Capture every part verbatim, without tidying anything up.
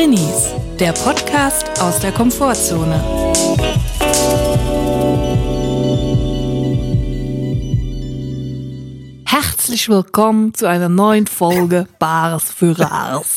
Drinis, der Podcast aus der Komfortzone. Herzlich willkommen zu einer neuen Folge Bares für Rares.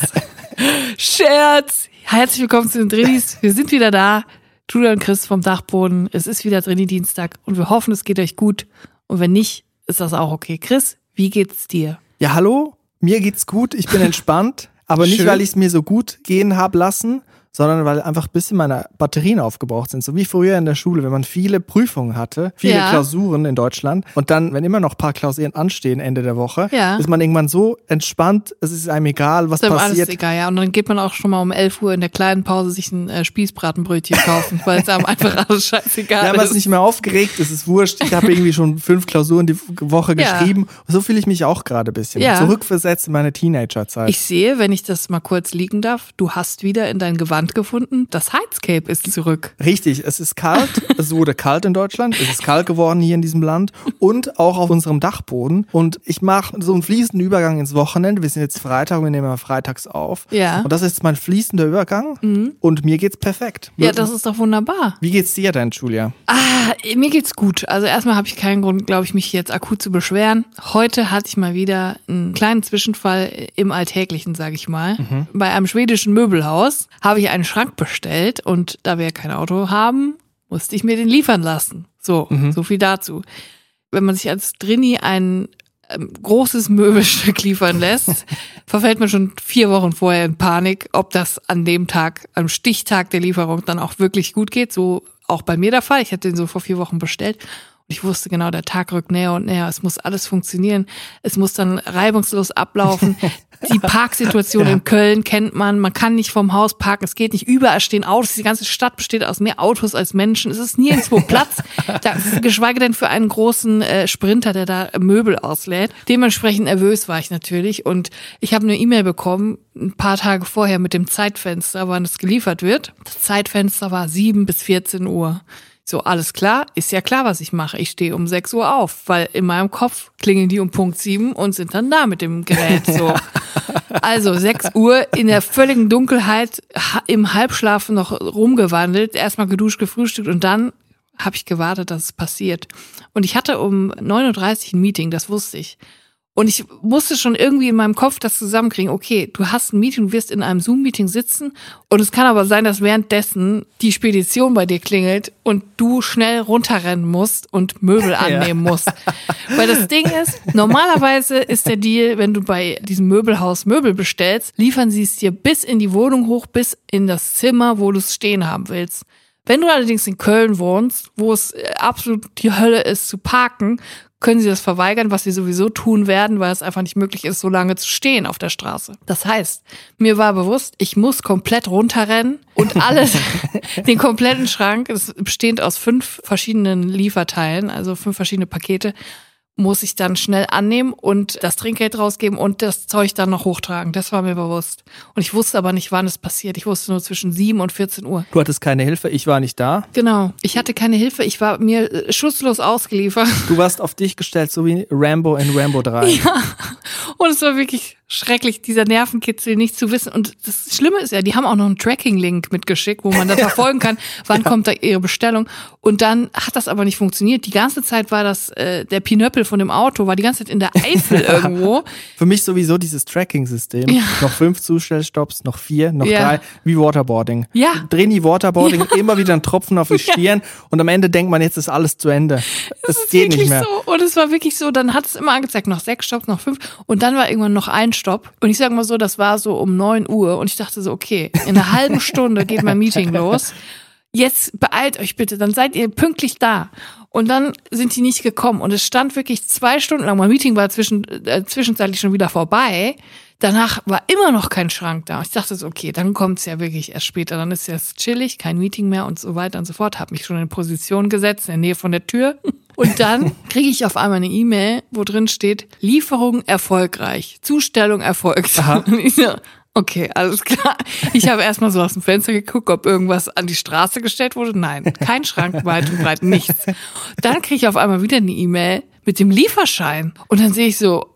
Scherz! Herzlich willkommen zu den Drinis. Wir sind wieder da. Julia und Chris vom Dachboden. Es ist wieder Drini-Dienstag und wir hoffen, es geht euch gut. Und wenn nicht, ist das auch okay. Chris, wie geht's dir? Ja, hallo. Mir geht's gut. Ich bin entspannt. Aber nicht, Schön. weil ich es mir so gut gehen hab lassen, sondern weil einfach ein bisschen meine Batterien aufgebraucht sind. So wie früher in der Schule, wenn man viele Prüfungen hatte, viele Ja. Klausuren in Deutschland. Und dann, wenn immer noch ein paar Klausuren anstehen Ende der Woche, Ja. ist man irgendwann so entspannt, es ist einem egal, was Ist einem passiert. alles egal, ja. Und dann geht man auch schon mal um elf Uhr in der kleinen Pause sich ein äh, Spießbratenbrötchen kaufen, weil es einem einfach alles scheißegal Ja, man ist. ist nicht mehr aufgeregt, es ist wurscht. Ich habe irgendwie schon fünf Klausuren die Woche Ja. geschrieben. So fühle ich mich auch gerade ein bisschen. Ja. Zurückversetzt in meine Teenagerzeit. Ich sehe, wenn ich das mal kurz liegen darf, du hast wieder in dein Gewand gefunden. Das Heizcape ist zurück. Richtig, es ist kalt, es wurde kalt in Deutschland, es ist kalt geworden hier in diesem Land und auch auf unserem Dachboden. Und ich mache so einen fließenden Übergang ins Wochenende. Wir sind jetzt Freitag, wir nehmen mal freitags auf. Ja. Und das ist mein fließender Übergang und mir geht's perfekt. Ja, das ist doch wunderbar. Wie geht's dir denn, Julia? Ah, mir geht's gut. Also erstmal habe ich keinen Grund, glaube ich, mich jetzt akut zu beschweren. Heute hatte ich mal wieder einen kleinen Zwischenfall im Alltäglichen, sage ich mal. Mhm. Bei einem schwedischen Möbelhaus habe ich einen Schrank bestellt und da wir ja kein Auto haben, musste ich mir den liefern lassen. So, Mhm. so viel dazu. Wenn man sich als Drini ein ähm, großes Möbelstück liefern lässt, verfällt man schon vier Wochen vorher in Panik, ob das an dem Tag, am Stichtag der Lieferung dann auch wirklich gut geht. So auch bei mir der Fall. Ich hatte den so vor vier Wochen bestellt. Und ich wusste genau, der Tag rückt näher und näher. Es muss alles funktionieren. Es muss dann reibungslos ablaufen. Die Parksituation Ja. in Köln kennt man. Man kann nicht vorm Haus parken. Es geht nicht. Überall stehen Autos. Die ganze Stadt besteht aus mehr Autos als Menschen. Es ist nirgendwo Platz. Da, geschweige denn für einen großen äh, Sprinter, der da Möbel auslädt. Dementsprechend nervös war ich natürlich. Und ich habe eine E-Mail bekommen, ein paar Tage vorher mit dem Zeitfenster, wann es geliefert wird. Das Zeitfenster war sieben bis vierzehn Uhr. So, alles klar, ist ja klar, was ich mache. Ich stehe um sechs Uhr auf, weil in meinem Kopf klingeln die um Punkt sieben und sind dann da mit dem Gerät. So. Also sechs Uhr in der völligen Dunkelheit, ha- im Halbschlaf noch rumgewandelt, erstmal geduscht, gefrühstückt und dann habe ich gewartet, dass es passiert. Und ich hatte um neun Uhr dreißig ein Meeting, das wusste ich. Und ich musste schon irgendwie in meinem Kopf das zusammenkriegen. Okay, du hast ein Meeting, du wirst in einem Zoom-Meeting sitzen und es kann aber sein, dass währenddessen die Spedition bei dir klingelt und du schnell runterrennen musst und Möbel annehmen musst. Weil das Ding ist, normalerweise ist der Deal, wenn du bei diesem Möbelhaus Möbel bestellst, liefern sie es dir bis in die Wohnung hoch, bis in das Zimmer, wo du es stehen haben willst. Wenn du allerdings in Köln wohnst, wo es absolut die Hölle ist zu parken, können sie das verweigern, was sie sowieso tun werden, weil es einfach nicht möglich ist, so lange zu stehen auf der Straße. Das heißt, mir war bewusst, ich muss komplett runterrennen und alles, den kompletten Schrank, das bestehend aus fünf verschiedenen Lieferteilen, also fünf verschiedene Pakete, muss ich dann schnell annehmen und das Trinkgeld rausgeben und das Zeug dann noch hochtragen. Das war mir bewusst. Und ich wusste aber nicht, wann es passiert. Ich wusste nur zwischen sieben und vierzehn Uhr. Du hattest keine Hilfe, ich war nicht da. Genau. Ich hatte keine Hilfe. Ich war mir äh, schutzlos ausgeliefert. Du warst auf dich gestellt, so wie Rambo in Rambo drei. Ja. Und es war wirklich schrecklich, dieser Nervenkitzel, nicht zu wissen. Und das Schlimme ist ja, die haben auch noch einen Tracking-Link mitgeschickt, wo man dann verfolgen kann, wann Ja. kommt da ihre Bestellung. Und dann hat das aber nicht funktioniert. Die ganze Zeit war das, äh, der Pinöppel von dem Auto, war die ganze Zeit in der Eifel irgendwo. Für mich sowieso dieses Tracking-System. Ja. Noch fünf Zustellstopps, noch vier, noch Ja. drei, wie Waterboarding. Ja. Drehen Waterboarding, immer wieder ein Tropfen auf die Stirn und am Ende denkt man, jetzt ist alles zu Ende. Es ist geht wirklich nicht mehr. so. Und es war wirklich so, dann hat es immer angezeigt, noch sechs Stopps, noch fünf. Und dann war irgendwann noch ein Stopp. Und ich sag mal so, das war so um neun Uhr. Und ich dachte so, okay, in einer halben Stunde geht mein Meeting los. Jetzt beeilt euch bitte, dann seid ihr pünktlich da. Und dann sind die nicht gekommen. Und es stand wirklich zwei Stunden lang. Mein Meeting war zwischen, äh, zwischenzeitlich schon wieder vorbei. Danach war immer noch kein Schrank da. Ich dachte so, okay, dann kommt's ja wirklich erst später. Dann ist es chillig, kein Meeting mehr und so weiter und so fort. Hab mich schon in Position gesetzt, in der Nähe von der Tür. Und dann kriege ich auf einmal eine E-Mail, wo drin steht, Lieferung erfolgreich, Zustellung erfolgt. Aha. Und ich so, okay, alles klar. Ich habe erstmal so aus dem Fenster geguckt, ob irgendwas an die Straße gestellt wurde. Nein, kein Schrank, weit und breit, nichts. Dann kriege ich auf einmal wieder eine E-Mail mit dem Lieferschein. Und dann sehe ich so,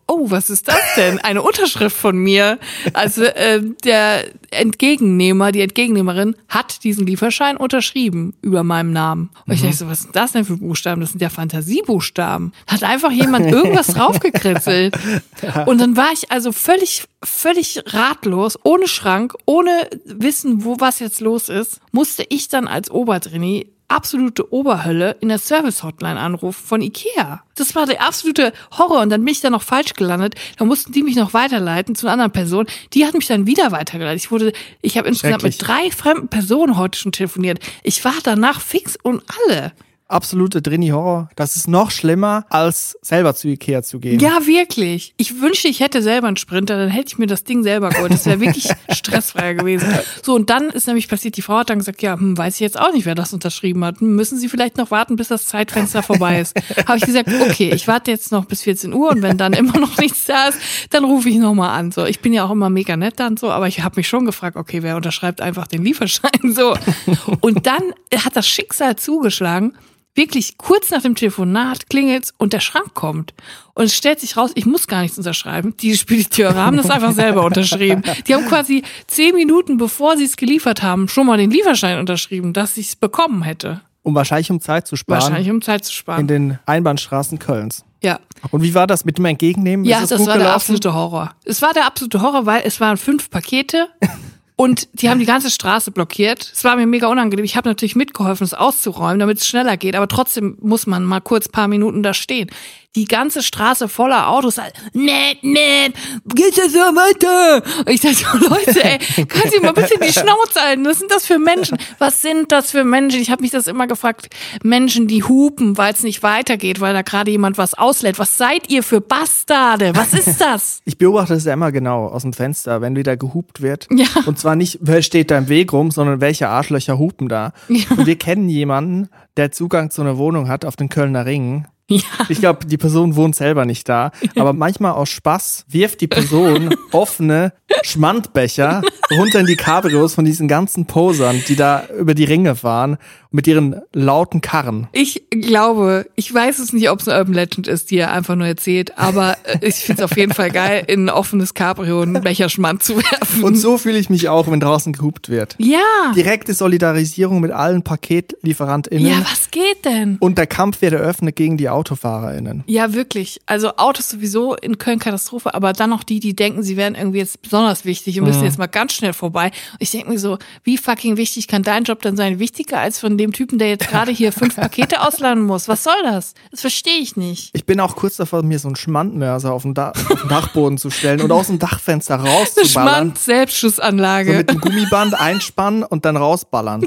oh, was ist das denn? Eine Unterschrift von mir. Also äh, der Entgegennehmer, die Entgegennehmerin hat diesen Lieferschein unterschrieben über meinem Namen. Und ich Mhm. dachte so, was sind das denn für Buchstaben? Das sind ja Fantasiebuchstaben. Hat einfach jemand irgendwas draufgekritzelt. Und dann war ich also völlig, völlig ratlos, ohne Schrank, ohne Wissen, wo was jetzt los ist, musste ich dann als Obertrainee absolute Oberhölle in der Service-Hotline anrufen von Ikea. Das war der absolute Horror und dann bin ich da noch falsch gelandet. Da mussten die mich noch weiterleiten zu einer anderen Person. Die hat mich dann wieder weitergeleitet. Ich wurde, ich habe insgesamt mit drei fremden Personen heute schon telefoniert. Ich war danach fix und alle. Absolute Drini-Horror. Das ist noch schlimmer, als selber zu Ikea zu gehen. Ja, wirklich. Ich wünschte, ich hätte selber einen Sprinter, dann hätte ich mir das Ding selber geholt. Das wäre wirklich stressfreier gewesen. So, und dann ist nämlich passiert, die Frau hat dann gesagt, ja, hm, weiß ich jetzt auch nicht, wer das unterschrieben hat. Hm, müssen Sie vielleicht noch warten, bis das Zeitfenster vorbei ist. Habe ich gesagt, okay, ich warte jetzt noch bis vierzehn Uhr und wenn dann immer noch nichts da ist, dann rufe ich nochmal an. So, ich bin ja auch immer mega nett dann so, aber ich habe mich schon gefragt, okay, wer unterschreibt einfach den Lieferschein? So. Und dann hat das Schicksal zugeschlagen. Wirklich kurz nach dem Telefonat klingelt's und der Schrank kommt. Und es stellt sich raus, ich muss gar nichts unterschreiben. Die Spediteure haben das einfach selber unterschrieben. Die haben quasi zehn Minuten, bevor sie es geliefert haben, schon mal den Lieferschein unterschrieben, dass ich es bekommen hätte. Um wahrscheinlich um Zeit zu sparen. Wahrscheinlich um Zeit zu sparen. In den Einbahnstraßen Kölns. Ja. Und wie war das mit dem Entgegennehmen? Ja, Ist es das gut war der gelaufen? absolute Horror. Es war der absolute Horror, weil es waren fünf Pakete. Und die haben die ganze Straße blockiert. Es war mir mega unangenehm. Ich habe natürlich mitgeholfen, es auszuräumen, damit es schneller geht. Aber trotzdem muss man mal kurz ein paar Minuten da stehen. Die ganze Straße voller Autos. Nett, nett, geht das so weiter? Und ich dachte so, Leute, ey, können Sie mal bitte die Schnauze halten? Was sind das für Menschen? Was sind das für Menschen? Ich habe mich das immer gefragt. Menschen, die hupen, weil es nicht weitergeht, weil da gerade jemand was auslädt. Was seid ihr für Bastarde? Was ist das? Ich beobachte es ja immer genau aus dem Fenster, wenn wieder gehupt wird. Ja. Und zwar nicht, wer steht da im Weg rum, sondern welche Arschlöcher hupen da. Ja. Und wir kennen jemanden, der Zugang zu einer Wohnung hat auf den Kölner Ringen. Ja. Ich glaube, die Person wohnt selber nicht da, aber manchmal aus Spaß wirft die Person offene Schmandbecher runter in die Cabrios von diesen ganzen Posern, die da über die Ringe fahren, mit ihren lauten Karren. Ich glaube, ich weiß es nicht, ob es eine Urban Legend ist, die er einfach nur erzählt, aber ich finde es auf jeden Fall geil, in ein offenes Cabrio einen Becherschmand zu werfen. Und so fühle ich mich auch, wenn draußen gehupt wird. Ja. Direkte Solidarisierung mit allen PaketlieferantInnen. Ja, was geht denn? Und der Kampf wird eröffnet gegen die AutofahrerInnen. Ja, wirklich. Also Autos sowieso in Köln Katastrophe, aber dann noch die, die denken, sie wären irgendwie jetzt besonders wichtig und müssen Mhm. jetzt mal ganz schnell vorbei. Und ich denke mir so, wie fucking wichtig kann dein Job dann sein? Wichtiger als von dem Typen, der jetzt gerade hier fünf Pakete ausladen muss. Was soll das? Das verstehe ich nicht. Ich bin auch kurz davor, mir so einen Schmandmörser auf den, da- auf den Dachboden zu stellen und aus dem Dachfenster rauszuballern. Schmand-Selbstschussanlage. So mit dem Gummiband einspannen und dann rausballern.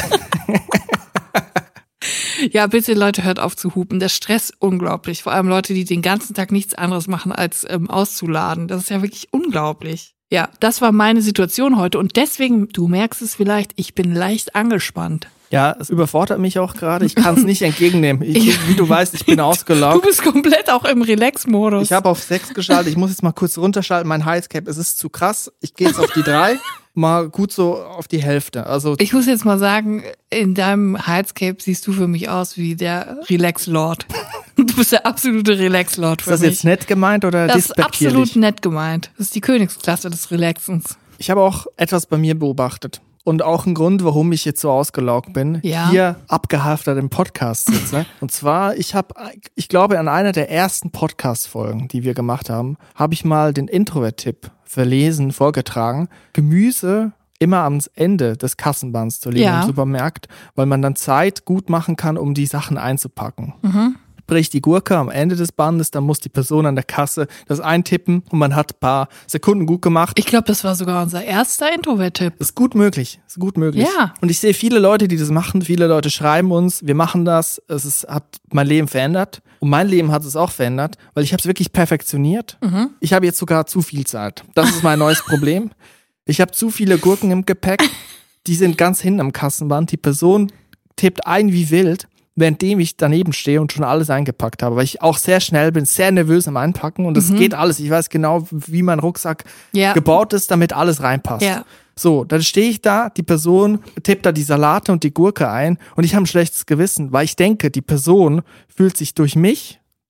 Ja, bitte Leute, hört auf zu hupen. Der Stress unglaublich. Vor allem Leute, die den ganzen Tag nichts anderes machen, als ähm, auszuladen. Das ist ja wirklich unglaublich. Ja, das war meine Situation heute. Und deswegen, du merkst es vielleicht, ich bin leicht angespannt. Ja, es überfordert mich auch gerade. Ich kann es nicht entgegennehmen. Ich, Ich- wie du weißt, ich bin Du ausgelaugt. bist komplett auch im Relax-Modus. Ich habe auf sechs geschaltet. Ich muss jetzt mal kurz runterschalten. Mein Highscape, es ist zu krass. Ich gehe jetzt auf die drei. Mal gut so auf die Hälfte. Also Ich muss jetzt mal sagen, in deinem Headscape siehst du für mich aus wie der Relax-Lord. Du bist der absolute Relax-Lord für ist das mich. jetzt nett gemeint oder Das ist despektierlich? absolut nett gemeint. Das ist die Königsklasse des Relaxens. Ich habe auch etwas bei mir beobachtet. Und auch ein Grund, warum ich jetzt so ausgelaugt bin, Ja. hier abgehalftert im Podcast sitze. Und zwar, ich habe, ich glaube, an einer der ersten Podcast-Folgen, die wir gemacht haben, habe ich mal den Introvert-Tipp verlesen, vorgetragen. Gemüse immer am Ende des Kassenbands zu legen Ja. im Supermarkt, weil man dann Zeit gut machen kann, um die Sachen einzupacken. Mhm. Sprich, die Gurke am Ende des Bandes, dann muss die Person an der Kasse das eintippen und man hat ein paar Sekunden gut gemacht. Ich glaube, das war sogar unser erster Introvert-Tipp. Ist gut möglich, ist gut möglich. Ja. Und ich sehe viele Leute, die das machen, viele Leute schreiben uns, wir machen das, es ist, hat mein Leben verändert und mein Leben hat es auch verändert, weil ich habe es wirklich perfektioniert. Mhm. Ich habe jetzt sogar zu viel Zeit. Das ist mein neues Problem. Ich habe zu viele Gurken im Gepäck, die sind ganz hinten am Kassenband, die Person tippt ein wie wild, währenddem ich daneben stehe und schon alles eingepackt habe, weil ich auch sehr schnell bin, sehr nervös am Einpacken und es Mhm. geht alles. Ich weiß genau, wie mein Rucksack Ja. gebaut ist, damit alles reinpasst. Ja. So, dann stehe ich da, die Person tippt da die Salate und die Gurke ein und ich habe ein schlechtes Gewissen, weil ich denke, die Person fühlt sich durch mich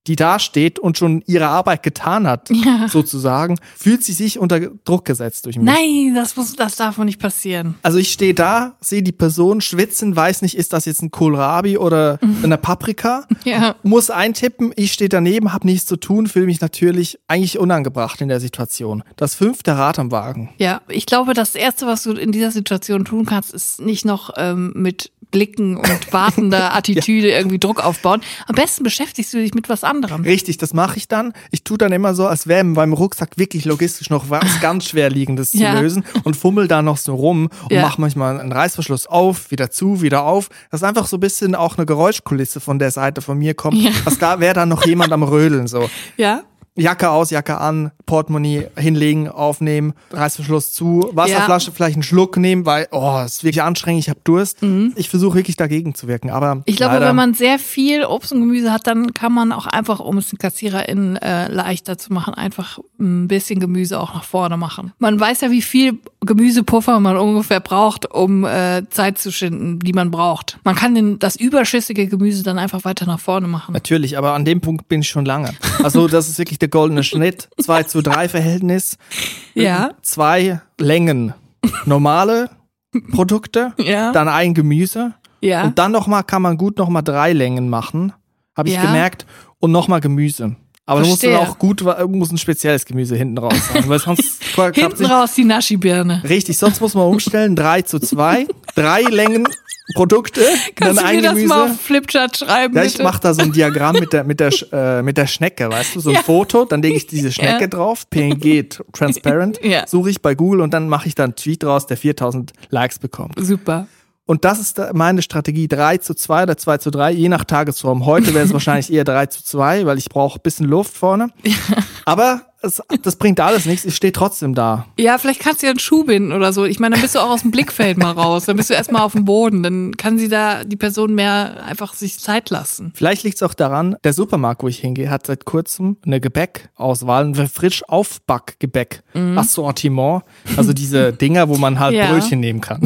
die da steht und schon ihre Arbeit getan hat, Ja. sozusagen, fühlt sie sich unter Druck gesetzt durch mich. Nein, das muss, das darf nicht passieren. Also ich stehe da, sehe die Person schwitzen, weiß nicht, ist das jetzt ein Kohlrabi oder eine Paprika, Ja. muss eintippen, ich stehe daneben, habe nichts zu tun, fühle mich natürlich eigentlich unangebracht in der Situation. Das fünfte Rad am Wagen. Ja, ich glaube, das Erste, was du in dieser Situation tun kannst, ist nicht noch ähm, mit Blicken und wartender Attitüde irgendwie Druck aufbauen. Am besten beschäftigst du dich mit was anderem. Richtig, das mache ich dann. Ich tue dann immer so, als wäre beim Rucksack wirklich logistisch noch was ganz Schwerliegendes Ja. zu lösen und fummel da noch so rum und Ja. mache manchmal einen Reißverschluss auf, wieder zu, wieder auf. Das ist einfach so ein bisschen auch eine Geräuschkulisse von der Seite von mir kommt. Ja. Was da wäre dann noch jemand am Rödeln so. Ja? Jacke aus, Jacke an, Portemonnaie hinlegen, aufnehmen, Reißverschluss zu, Wasserflasche vielleicht einen Schluck nehmen, weil, oh, es ist wirklich anstrengend, ich habe Durst. Ich versuche wirklich dagegen zu wirken, aber Ich glaube, leider, wenn man sehr viel Obst und Gemüse hat, dann kann man auch einfach, um es den KassiererInnen äh, leichter zu machen, einfach ein bisschen Gemüse auch nach vorne machen. Man weiß ja, wie viel Gemüsepuffer man ungefähr braucht, um äh, Zeit zu schinden, die man braucht. Man kann den, das überschüssige Gemüse dann einfach weiter nach vorne machen. Natürlich, aber an dem Punkt bin ich schon lange. Also das ist wirklich der goldene Schnitt, zwei zu drei Verhältnis, Ja. zwei Längen, normale Produkte, Ja. dann ein Gemüse Ja. und dann nochmal kann man gut nochmal drei Längen machen, habe ich Ja. gemerkt, und nochmal Gemüse. Aber du musst dann Verstehe. auch gut, muss ein spezielles Gemüse hinten raus sein, weil sonst klappt's Hinten nicht. raus die Naschi-Birne. Richtig, sonst muss man umstellen, drei zu zwei, drei Längen Produkte, Kannst dann du ein mir das Gemüse. mal auf Flipchart schreiben, Ja, bitte? ich mache da so ein Diagramm mit der mit der Sch- äh, mit der Schnecke, weißt du, so ein Ja. Foto, dann lege ich diese Schnecke Ja. drauf, P N G transparent, Ja. suche ich bei Google und dann mache ich da einen Tweet raus, der viertausend Likes bekommt. Super. Und das ist da meine Strategie, drei zu zwei oder zwei zu drei, je nach Tagesform. Heute wäre es wahrscheinlich eher drei zu zwei, weil ich brauche ein bisschen Luft vorne. Aber es, das bringt alles nichts, ich stehe trotzdem da. Ja, vielleicht kannst du ja einen Schuh binden oder so. Ich meine, dann bist du auch aus dem Blickfeld mal raus. Dann bist du erstmal auf dem Boden. Dann kann sie da, die Person mehr einfach sich Zeit lassen. Vielleicht liegt es auch daran, der Supermarkt, wo ich hingehe, hat seit kurzem eine Gebäckauswahl, ein frisch Aufbackgebäck Assortiment, also diese Dinger, wo man halt Ja. Brötchen nehmen kann.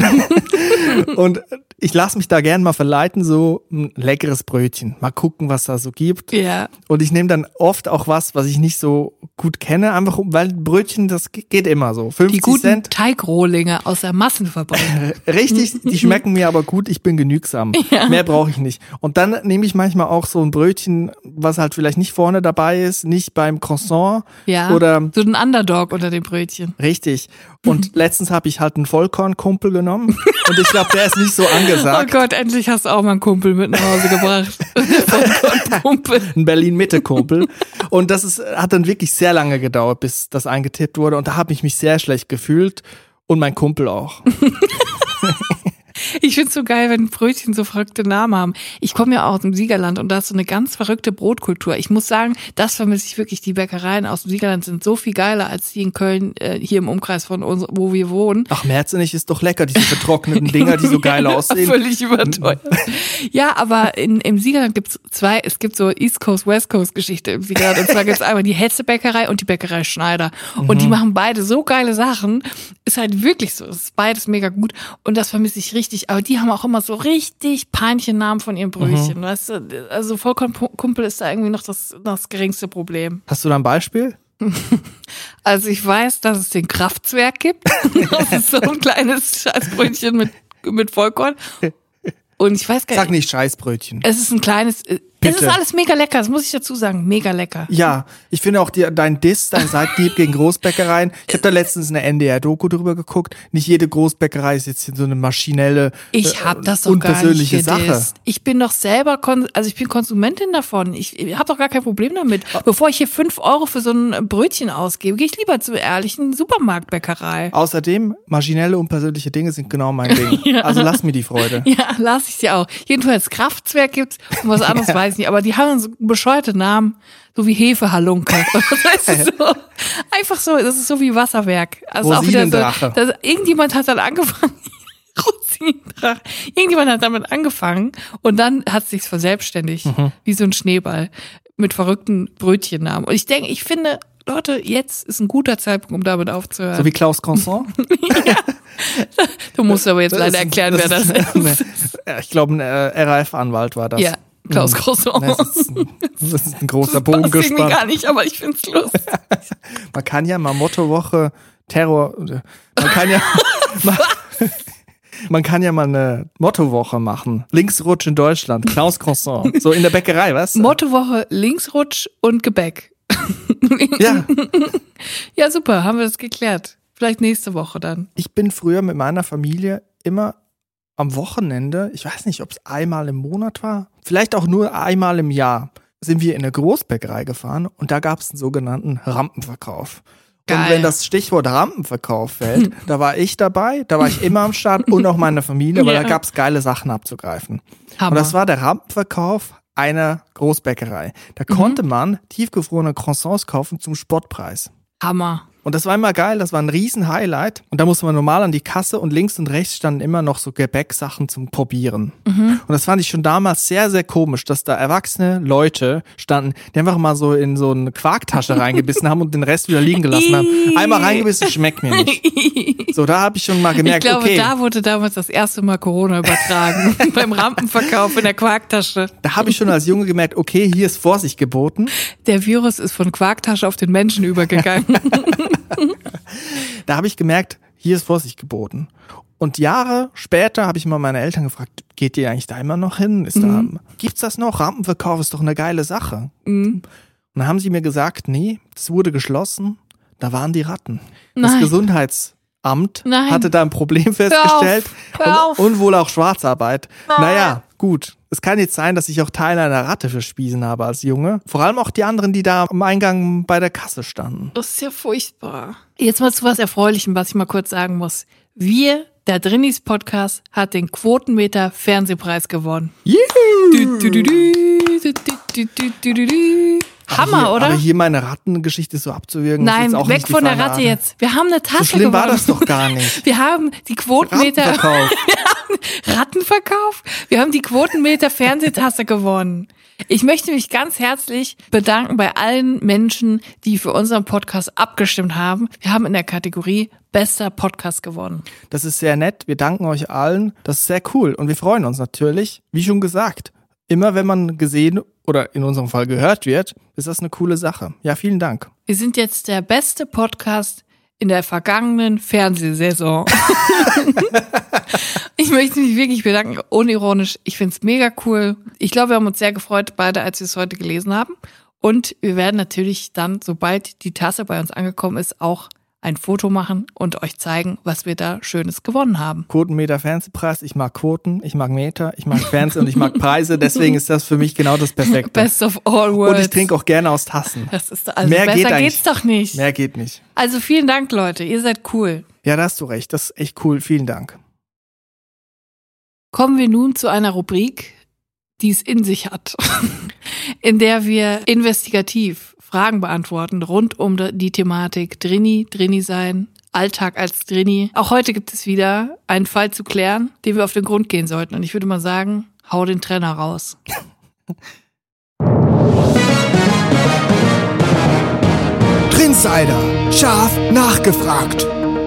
Und ich lasse mich da gern mal verleiten, so ein leckeres Brötchen. Mal gucken, was da so gibt. Ja. Und ich nehme dann oft auch was, was ich nicht so gut kenne, einfach um- weil Brötchen, das geht immer so. Die fünfzig guten Cent. Teigrohlinge aus der Massenfabrik. Richtig, die schmecken mir aber gut, ich bin genügsam. Mehr brauche ich nicht. Und dann nehme ich manchmal auch so ein Brötchen, was halt vielleicht nicht vorne dabei ist, nicht beim Croissant Ja. oder So ein Underdog unter dem Brötchen. richtig. Und letztens habe ich halt einen Vollkornkumpel genommen und ich glaube, der ist nicht so Oh angesagt. Gott, endlich hast du auch mal einen Kumpel mit nach Hause gebracht. Kumpel. Ein Berlin-Mitte-Kumpel. Und das ist, hat dann wirklich sehr lange gedauert, bis das eingetippt wurde. Und da habe ich mich sehr schlecht gefühlt. Und mein Kumpel auch. Ich find's so geil, wenn Brötchen so verrückte Namen haben. Ich komme ja auch aus dem Siegerland und da ist so eine ganz verrückte Brotkultur. Ich muss sagen, das vermisse ich wirklich. Die Bäckereien aus dem Siegerland sind so viel geiler als die in Köln, äh, hier im Umkreis von uns, wo wir wohnen. Ach, Merzenich ist doch lecker, diese vertrockneten Dinger, die so geil aussehen. Völlig überteuert. Ja, aber in, im Siegerland gibt's zwei, es gibt so East Coast, West Coast Geschichte im Siegerland. Und zwar gibt's einmal die Hetze-Bäckerei und die Bäckerei Schneider. Und die machen beide so geile Sachen. Ist halt wirklich so. Es ist beides mega gut. Und das vermisse ich richtig. Aber die haben auch immer so richtig peinliche Namen von ihren Brötchen. Weißt du, also Vollkornkumpel ist da irgendwie noch das, das geringste Problem. Hast du da ein Beispiel? Also ich weiß, dass es den Kraftzwerg gibt. Das ist so ein kleines Scheißbrötchen mit, mit Vollkorn. Und ich weiß gar Sag nicht. nicht Scheißbrötchen. Es ist ein kleines. äh, Es Bitte. ist alles mega lecker, das muss ich dazu sagen. Mega lecker. Ja, ich finde auch die, dein Diss, dein Seithieb gegen Großbäckereien. Ich habe da letztens eine N D R-Doku drüber geguckt. Nicht jede Großbäckerei ist jetzt so eine maschinelle, Ich äh, hab das doch gar nicht unpersönliche Sache. gedisst. Ich bin doch selber, Kon also ich bin Konsumentin davon. Ich, ich habe doch gar kein Problem damit. Bevor ich hier fünf Euro für so ein Brötchen ausgebe, gehe ich lieber zur ehrlichen Supermarktbäckerei. Außerdem, maschinelle, unpersönliche Dinge sind genau mein Ding. Also lass mir die Freude. Ja, lass ich dir auch. Jedenfalls Kraftzwerg gibt's und was anderes weiß ich nicht. Aber die haben so bescheuerte Namen, so wie Hefehalunke. Das ist so, einfach so, das ist so wie Wasserwerk. Also auch wieder so, Rosinendrache. dass irgendjemand hat dann angefangen, Rosinendrache. Irgendjemand hat damit angefangen und dann hat es sich verselbstständigt, Mhm. wie so ein Schneeball mit verrückten Brötchennamen. Und ich denke, ich finde, Leute, jetzt ist ein guter Zeitpunkt, um damit aufzuhören. So wie Klaus Croissant. Du musst aber jetzt leider erklären, wer das ist. Ja, ich glaube, ein äh, R A F-Anwalt war das. Ja, Klaus Croissant. Das ist ein, das ist ein großer Das passt irgendwie Bogengespann. gar nicht, aber ich find's lustig. Man kann ja mal Mottowoche Terror. Man kann ja. man, man kann ja mal eine Mottowoche machen. Linksrutsch in Deutschland. Klaus Croissant. So in der Bäckerei, was? Mottowoche Linksrutsch und Gebäck. Ja. Ja, super, haben wir das geklärt. Vielleicht nächste Woche dann. Ich bin früher mit meiner Familie immer am Wochenende, ich weiß nicht, ob es einmal im Monat war, vielleicht auch nur einmal im Jahr, sind wir in eine Großbäckerei gefahren und da gab es einen sogenannten Rampenverkauf. Geil. Und wenn das Stichwort Rampenverkauf fällt, da war ich dabei, da war ich immer am Start und auch meine Familie, weil Ja. da gab es geile Sachen abzugreifen. Hammer. Und das war der Rampenverkauf einer Großbäckerei. Da Mhm. konnte man tiefgefrorene Croissants kaufen zum Spottpreis. Hammer. Und das war immer geil, das war ein riesen Highlight. Und da musste man normal an die Kasse und links und rechts standen immer noch so Gebäcksachen zum Probieren. Mhm. Und das fand ich schon damals sehr, sehr komisch, dass da erwachsene Leute standen, die einfach mal so in so eine Quarktasche reingebissen haben und den Rest wieder liegen gelassen haben. Einmal reingebissen, schmeckt mir nicht. So, da habe ich schon mal Ich gemerkt, glaube, okay, da wurde damals das erste Mal Corona übertragen. Beim Rampenverkauf in der Quarktasche. da habe ich schon als Junge gemerkt, okay, hier ist Vorsicht geboten. Der Virus ist von Quarktasche auf den Menschen übergegangen. Da habe ich gemerkt, hier ist Vorsicht geboten. Und Jahre später habe ich mal meine Eltern gefragt, geht ihr eigentlich da immer noch hin? Ist Mhm. da, gibt's das noch? Rampenverkauf ist doch eine geile Sache. Mhm. Und dann haben sie mir gesagt, nee, das wurde geschlossen. Da waren die Ratten. Das Nein. Gesundheitsamt Nein. hatte da ein Problem festgestellt. Hör auf. Und, und wohl auch Schwarzarbeit. Nein. Naja, gut. Es kann jetzt sein, dass ich auch Teile einer Ratte verspiesen habe als Junge. Vor allem auch die anderen, die da am Eingang bei der Kasse standen. Das ist ja furchtbar. Jetzt mal zu was Erfreulichem, was ich mal kurz sagen muss. Wir, der Drinnies Podcast, hat den Quotenmeter Fernsehpreis gewonnen. Juhu! Du, du, du, du, du, du, du, du, du, du. Hammer, hier, oder? Aber hier meine Rattengeschichte so abzuwirken, ist Nein, jetzt auch weg nicht die von der feine Ratte Art. jetzt. Wir haben eine Tasse So schlimm gewonnen. war das doch gar nicht. Wir haben die Quotenmeter Rattenverkauf. Rattenverkauf. Wir haben die Quotenmeter Fernsehtasse gewonnen. Ich möchte mich ganz herzlich bedanken bei allen Menschen, die für unseren Podcast abgestimmt haben. Wir haben in der Kategorie Bester Podcast gewonnen. Das ist sehr nett. Wir danken euch allen. Das ist sehr cool. Und wir freuen uns natürlich, wie schon gesagt, immer wenn man gesehen oder in unserem Fall gehört wird, ist das eine coole Sache. Ja, vielen Dank. Wir sind jetzt der beste Podcast in der vergangenen Fernsehsaison. Ich möchte mich wirklich bedanken, unironisch. Ich finde es mega cool. Ich glaube, wir haben uns sehr gefreut, beide, als wir es heute gelesen haben. Und wir werden natürlich dann, sobald die Tasse bei uns angekommen ist, auch ein Foto machen und euch zeigen, was wir da Schönes gewonnen haben. Quotenmeter Fernsehpreis. Ich mag Quoten, ich mag Meter, ich mag Fernsehen und ich mag Preise. Deswegen ist das für mich genau das Perfekte. Best of all worlds. Und ich trinke auch gerne aus Tassen. Das ist also Mehr besser geht eigentlich. geht's doch nicht. Mehr geht nicht. Also vielen Dank, Leute. Ihr seid cool. Ja, da hast du recht. Das ist echt cool. Vielen Dank. Kommen wir nun zu einer Rubrik, die es in sich hat, in der wir investigativ Fragen beantworten rund um die Thematik Drini, Drini sein, Alltag als Drini. Auch heute gibt es wieder einen Fall zu klären, dem wir auf den Grund gehen sollten. Und ich würde mal sagen, hau den Trenner raus. Drinsider. Scharf nachgefragt.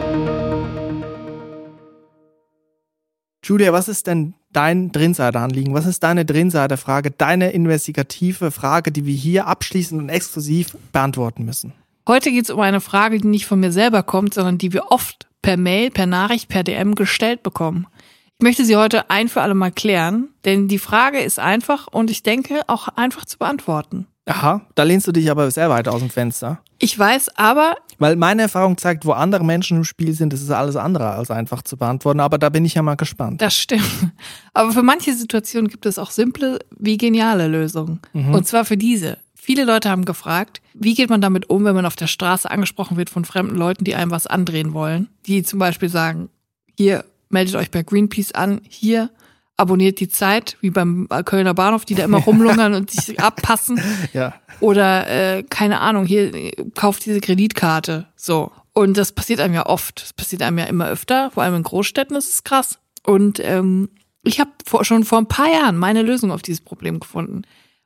Julia, was ist denn dein Drinsider-Anliegen? Was ist deine Drinsider-Frage, deine investigative Frage, die wir hier abschließend und exklusiv beantworten müssen? Heute geht es um eine Frage, die nicht von mir selber kommt, sondern die wir oft per Mail, per Nachricht, per D M gestellt bekommen. Ich möchte sie heute ein für alle Mal klären, denn die Frage ist einfach und ich denke auch einfach zu beantworten. Aha, da lehnst du dich aber sehr weit aus dem Fenster. Ich weiß aber, Weil meine Erfahrung zeigt, wo andere Menschen im Spiel sind, ist es alles andere als einfach zu beantworten. Aber da bin ich ja mal gespannt. das stimmt. Aber für manche Situationen gibt es auch simple wie geniale Lösungen. Mhm. Und zwar für diese. Viele Leute haben gefragt, wie geht man damit um, wenn man auf der Straße angesprochen wird von fremden Leuten, die einem was andrehen wollen. Die zum Beispiel sagen, hier, meldet euch bei Greenpeace an, hier, abonniert die Zeit, wie beim Kölner Bahnhof, die da immer rumlungern und sich abpassen. Ja. Oder, äh, keine Ahnung, hier, äh, kauft diese Kreditkarte. So. Und das passiert einem ja oft. Das passiert einem ja immer öfter, vor allem in Großstädten, das ist krass. Und ähm, ich habe vor, schon vor ein paar Jahren meine Lösung auf dieses Problem gefunden.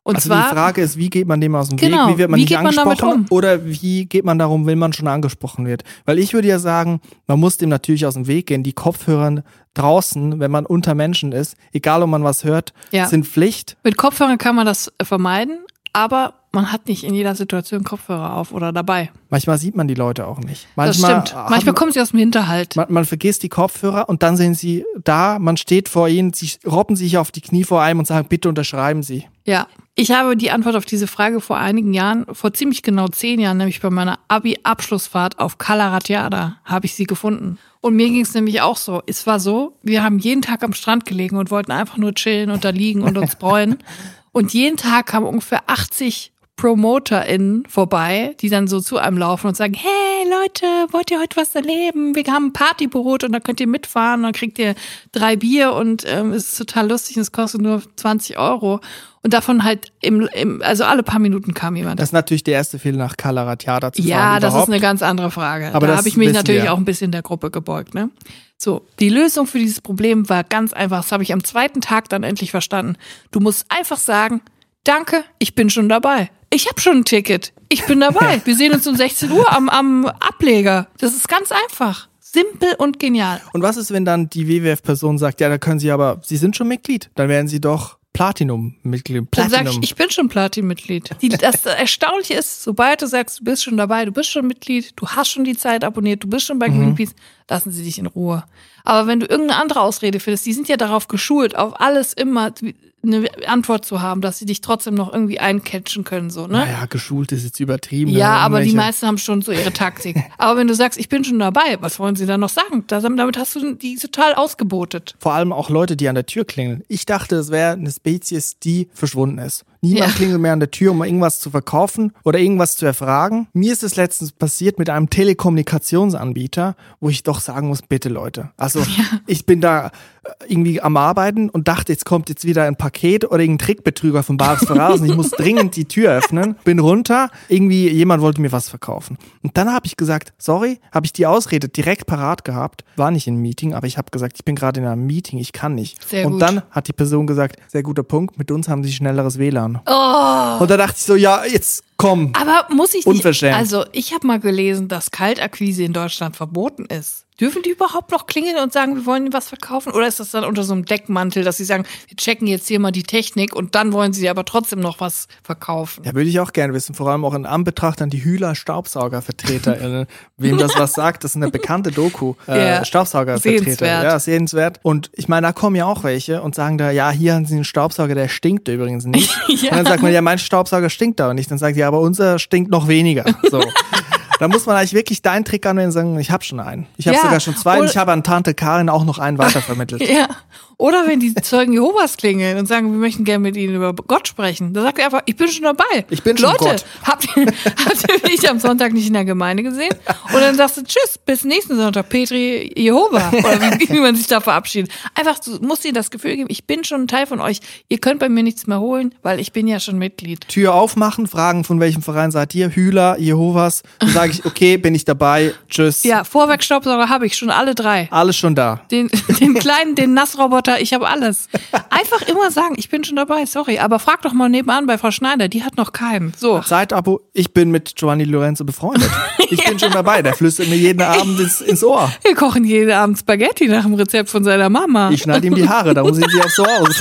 Und also zwar, die Frage ist, wie geht man dem aus dem genau, Weg? Wie wird man wie nicht geht man damit angesprochen? um? Oder wie geht man darum, wenn man schon angesprochen wird? Weil ich würde ja sagen, man muss dem natürlich aus dem Weg gehen. Die Kopfhörer draußen, wenn man unter Menschen ist, egal ob man was hört, ja. sind Pflicht. Mit Kopfhörern kann man das vermeiden, aber man hat nicht in jeder Situation Kopfhörer auf oder dabei. Manchmal sieht man die Leute auch nicht. Manchmal das stimmt. Manchmal kommen sie aus dem Hinterhalt. Man, man vergisst die Kopfhörer und dann sind sie da, man steht vor ihnen, sie robben sich auf die Knie vor einem und sagen, bitte unterschreiben Sie. Ja, ich habe die Antwort auf diese Frage vor einigen Jahren, vor ziemlich genau zehn Jahren, nämlich bei meiner Abi-Abschlussfahrt auf Cala Ratjada, habe ich sie gefunden. Und mir ging es nämlich auch so. Es war so, wir haben jeden Tag am Strand gelegen und wollten einfach nur chillen und da liegen und uns bräunen. Und jeden Tag kamen ungefähr achtzig PromoterInnen vorbei, die dann so zu einem laufen und sagen, hey Leute, wollt ihr heute was erleben? Wir haben ein Partybrot und da könnt ihr mitfahren, dann kriegt ihr drei Bier und ähm, es ist total lustig und es kostet nur zwanzig Euro. Und davon halt, im, im also alle paar Minuten kam jemand. Das ist natürlich der erste Fehler, nach Cala Ratjada zu fahren. Ja, das überhaupt. ist eine ganz andere Frage. Aber da habe ich mich natürlich wir. auch ein bisschen der Gruppe gebeugt. Ne? So, die Lösung für dieses Problem war ganz einfach. Das habe ich am zweiten Tag dann endlich verstanden. Du musst einfach sagen, danke, ich bin schon dabei. Ich habe schon ein Ticket. Ich bin dabei. Wir sehen uns um sechzehn Uhr am, am Ableger. Das ist ganz einfach. Simpel und genial. Und was ist, wenn dann die W W F-Person sagt, ja, da können Sie aber, Sie sind schon Mitglied, dann werden Sie doch Platinum-Mitglied. Dann Platinum. sag ich, ich bin schon Platin-Mitglied. Die, das Erstaunliche ist, sobald du sagst, du bist schon dabei, du bist schon Mitglied, du hast schon die Zeit abonniert, du bist schon bei Greenpeace, lassen sie dich in Ruhe. Aber wenn du irgendeine andere Ausrede findest, die sind ja darauf geschult, auf alles immer eine Antwort zu haben, dass sie dich trotzdem noch irgendwie eincatchen können, so, ne? Naja, geschult ist jetzt übertrieben. Ja, ne? aber die Irgendwelche- meisten haben schon so ihre Taktik. Aber wenn du sagst, ich bin schon dabei, was wollen sie dann noch sagen? Das- Damit hast du die total ausgebotet. Vor allem auch Leute, die an der Tür klingeln. Ich dachte, es wäre eine Spezies, die verschwunden ist. Niemand Ja. klingelt mehr an der Tür, um irgendwas zu verkaufen oder irgendwas zu erfragen. Mir ist es letztens passiert mit einem Telekommunikationsanbieter, wo ich doch sagen muss, bitte Leute. Also ich bin da äh, irgendwie am Arbeiten und dachte, jetzt kommt jetzt wieder ein Paket oder irgendein Trickbetrüger von Bares Voraus und ich muss dringend die Tür öffnen. Bin runter, irgendwie jemand wollte mir was verkaufen. Und dann habe ich gesagt, sorry, habe ich die Ausrede direkt parat gehabt. War nicht im Meeting, aber ich habe gesagt, ich bin gerade in einem Meeting, ich kann nicht. Sehr und gut. dann hat die Person gesagt, sehr guter Punkt, mit uns haben sie schnelleres W L A N. Oh. Und da dachte ich so, ja, jetzt komm. Aber muss ich nicht, Unverschämt. also ich habe mal gelesen, dass Kaltakquise in Deutschland verboten ist. Dürfen die überhaupt noch klingeln und sagen, wir wollen ihnen was verkaufen? Oder ist das dann unter so einem Deckmantel, dass sie sagen, wir checken jetzt hier mal die Technik und dann wollen sie aber trotzdem noch was verkaufen? Ja, würde ich auch gerne wissen, vor allem auch in Anbetracht an die Hühler-StaubsaugervertreterInnen. Wem das was sagt, das ist eine bekannte Doku. Äh, Ja. Staubsaugervertreter. Sehenswert. Ja, sehenswert. Und ich meine, da kommen ja auch welche und sagen da, ja, hier haben sie einen Staubsauger, der stinkt übrigens nicht. Ja. Und dann sagt man, ja, mein Staubsauger stinkt aber nicht. Dann sagt ja, aber unser stinkt noch weniger. So. Da muss man eigentlich wirklich deinen Trick anwenden und sagen, ich habe schon einen. Ich habe Ja. sogar schon zwei und Oder- ich habe an Tante Karin auch noch einen weitervermittelt. Ja. Oder wenn die Zeugen Jehovas klingeln und sagen, wir möchten gerne mit ihnen über Gott sprechen, dann sagt er einfach, ich bin schon dabei. Ich bin schon Leute, Gott. habt ihr, habt ihr mich am Sonntag nicht in der Gemeinde gesehen? Und dann sagst du, tschüss, bis nächsten Sonntag, Petri Jehova. Oder wie, wie man sich da verabschiedet. Einfach, du musst ihnen das Gefühl geben, ich bin schon ein Teil von euch. Ihr könnt bei mir nichts mehr holen, weil ich bin ja schon Mitglied. Tür aufmachen, fragen, von welchem Verein seid ihr? Hühler, Jehovas. Dann sage ich, okay, bin ich dabei. Tschüss. Ja, Vorwerkstaubsauger habe ich schon alle drei. Alles schon da. Den, den kleinen, den Nassroboter, ich habe alles. Einfach immer sagen, ich bin schon dabei, sorry. Aber frag doch mal nebenan bei Frau Schneider, die hat noch keinen. So. Zeitabo, ich bin mit Giovanni Lorenzo befreundet. Ich bin schon dabei. Der flüstert mir jeden Abend ins, ins Ohr. Wir kochen jeden Abend Spaghetti nach dem Rezept von seiner Mama. Ich schneide ihm die Haare, darum sehen sie auch so aus.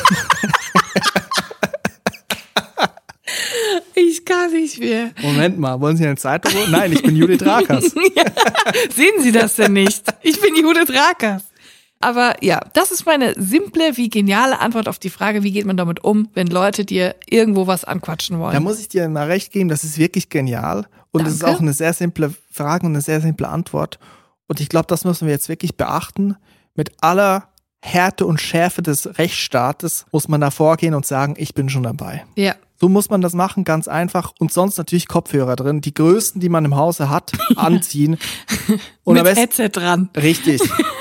Ich kann nicht mehr. Moment mal, wollen Sie eine Zeitabo? Nein, ich bin Judith Rakers. Ja. Sehen Sie das denn nicht? Ich bin Judith Rakers. Aber ja, das ist meine simple wie geniale Antwort auf die Frage, wie geht man damit um, wenn Leute dir irgendwo was anquatschen wollen. Da muss ich dir mal recht geben, das ist wirklich genial. Und es ist Danke. auch eine sehr simple Frage und eine sehr simple Antwort. Und ich glaube, das müssen wir jetzt wirklich beachten. Mit aller Härte und Schärfe des Rechtsstaates muss man da vorgehen und sagen, ich bin schon dabei. Ja. So muss man das machen, ganz einfach. Und sonst natürlich Kopfhörer drin. Die größten, die man im Hause hat, anziehen. Und Mit am besten, Headset dran. richtig.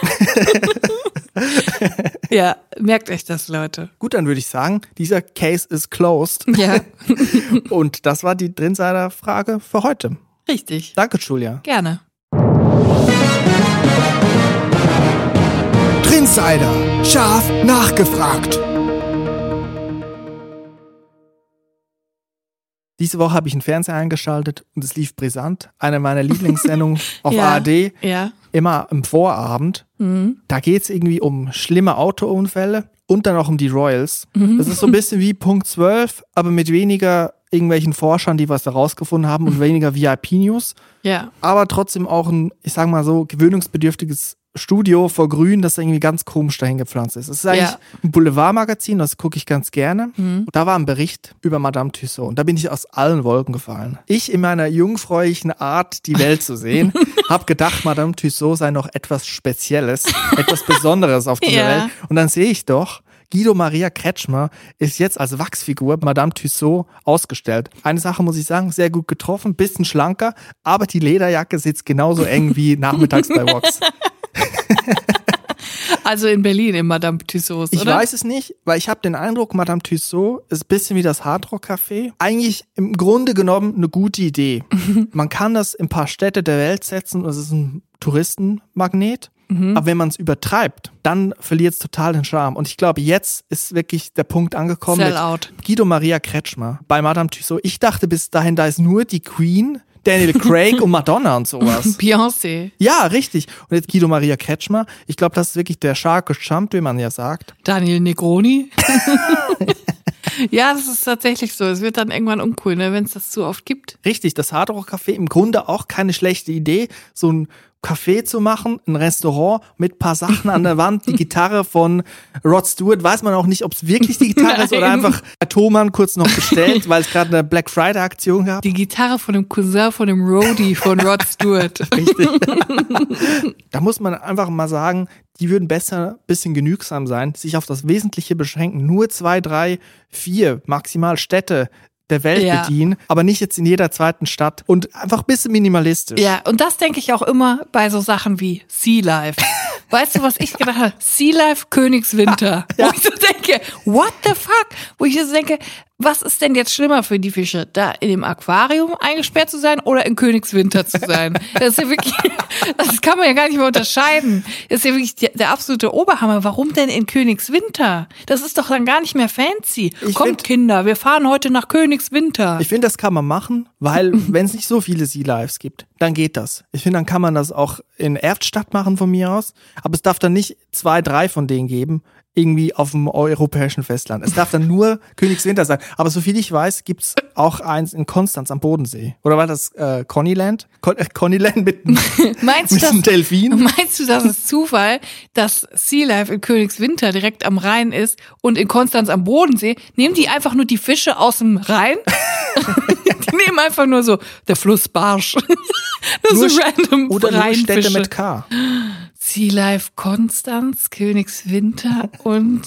Ja, merkt euch das, Leute. Gut, dann würde ich sagen, dieser Case is closed. Ja, Und das war die Drinsider-Frage für heute. richtig. Danke, Julia. Gerne. Drinsider. Scharf nachgefragt. Diese Woche habe ich einen Fernseher eingeschaltet und es lief brisant. Eine meiner Lieblingssendungen auf ja, A R D, ja. immer im Vorabend. Mhm. Da geht es irgendwie um schlimme Autounfälle und dann auch um die Royals. Mhm. Das ist so ein bisschen wie Punkt zwölf, aber mit weniger irgendwelchen Forschern, die was da rausgefunden haben und weniger V I P-News. Ja. Aber trotzdem auch ein, ich sag mal so, gewöhnungsbedürftiges Studio vor Grün, das irgendwie ganz komisch dahin gepflanzt ist. Es ist eigentlich Ja. ein Boulevardmagazin, das gucke ich ganz gerne. Mhm. Und da war ein Bericht über Madame Tussauds und da bin ich aus allen Wolken gefallen. Ich in meiner jungfräulichen Art, die Welt zu sehen, habe gedacht, Madame Tussauds sei noch etwas Spezielles, etwas Besonderes auf dieser Ja. Welt. Und dann sehe ich doch, Guido Maria Kretschmer ist jetzt als Wachsfigur Madame Tussauds ausgestellt. Eine Sache muss ich sagen, sehr gut getroffen, bisschen schlanker, aber die Lederjacke sitzt genauso eng wie nachmittags bei Vox. Also in Berlin im Madame Tussauds, Ich oder? weiß es nicht, weil ich habe den Eindruck, Madame Tussauds ist ein bisschen wie das Hardrock-Café. Eigentlich im Grunde genommen eine gute Idee. Man kann das in ein paar Städte der Welt setzen und es ist ein Touristenmagnet. Mhm. Aber wenn man es übertreibt, dann verliert es total den Charme. Und ich glaube, jetzt ist wirklich der Punkt angekommen Sell mit out. Guido Maria Kretschmer bei Madame Tussauds. Ich dachte bis dahin, da ist nur die Queen, Daniel Craig und Madonna und sowas. Beyoncé. Ja, richtig. Und jetzt Guido Maria Kretschmer. Ich glaube, das ist wirklich der Shark Jump, wie man ja sagt. Daniel Negroni. Ja, das ist tatsächlich so. Es wird dann irgendwann uncool, ne, wenn es das zu oft gibt. Richtig, das Hardrock-Café, im Grunde auch keine schlechte Idee, so ein Café zu machen, ein Restaurant mit ein paar Sachen an der Wand, die Gitarre von Rod Stewart, weiß man auch nicht, ob es wirklich die Gitarre ist oder Nein. einfach Thomann kurz noch bestellt, weil es gerade eine Black Friday-Aktion gab. Die Gitarre von dem Cousin von dem Roadie von Rod Stewart. Richtig. Da muss man einfach mal sagen, die würden besser ein bisschen genügsam sein, sich auf das Wesentliche beschränken, nur zwei, drei, vier maximal Städte der Welt Ja. bedienen, aber nicht jetzt in jeder zweiten Stadt und einfach ein bisschen minimalistisch. Ja, und das denke ich auch immer bei so Sachen wie Sea Life. Weißt du, was ich gedacht habe? Sea Life Königswinter. Ja. Wo ich so denke, what the fuck? Wo ich so denke, was ist denn jetzt schlimmer für die Fische? Da in dem Aquarium eingesperrt zu sein oder in Königswinter zu sein? Das ist ja wirklich, das kann man ja gar nicht mehr unterscheiden. Das ist ja wirklich der, der absolute Oberhammer. Warum denn in Königswinter? Das ist doch dann gar nicht mehr fancy. Ich Kommt, find- Kinder, wir fahren heute nach Königswinter. Ich finde, das kann man machen, weil wenn es nicht so viele Sea Lives gibt, dann geht das. Ich finde, dann kann man das auch in Erftstadt machen von mir aus, aber es darf dann nicht zwei, drei von denen geben, irgendwie auf dem europäischen Festland. Es darf dann nur Königswinter sein. Aber soviel ich weiß, gibt's auch eins in Konstanz am Bodensee. Oder war das äh, Connyland? Con äh, Connyland mit, mit Meinst du, einem das, Delfin? meinst du, das ist Zufall, dass Sea Life in Königswinter direkt am Rhein ist und in Konstanz am Bodensee? Nehmen die einfach nur die Fische aus dem Rhein? Die nehmen einfach nur so, der Fluss Barsch. Nur, Nur so Sch- random Oder nur Städte Rheinfische. mit K. Sea Life Konstanz, Königswinter und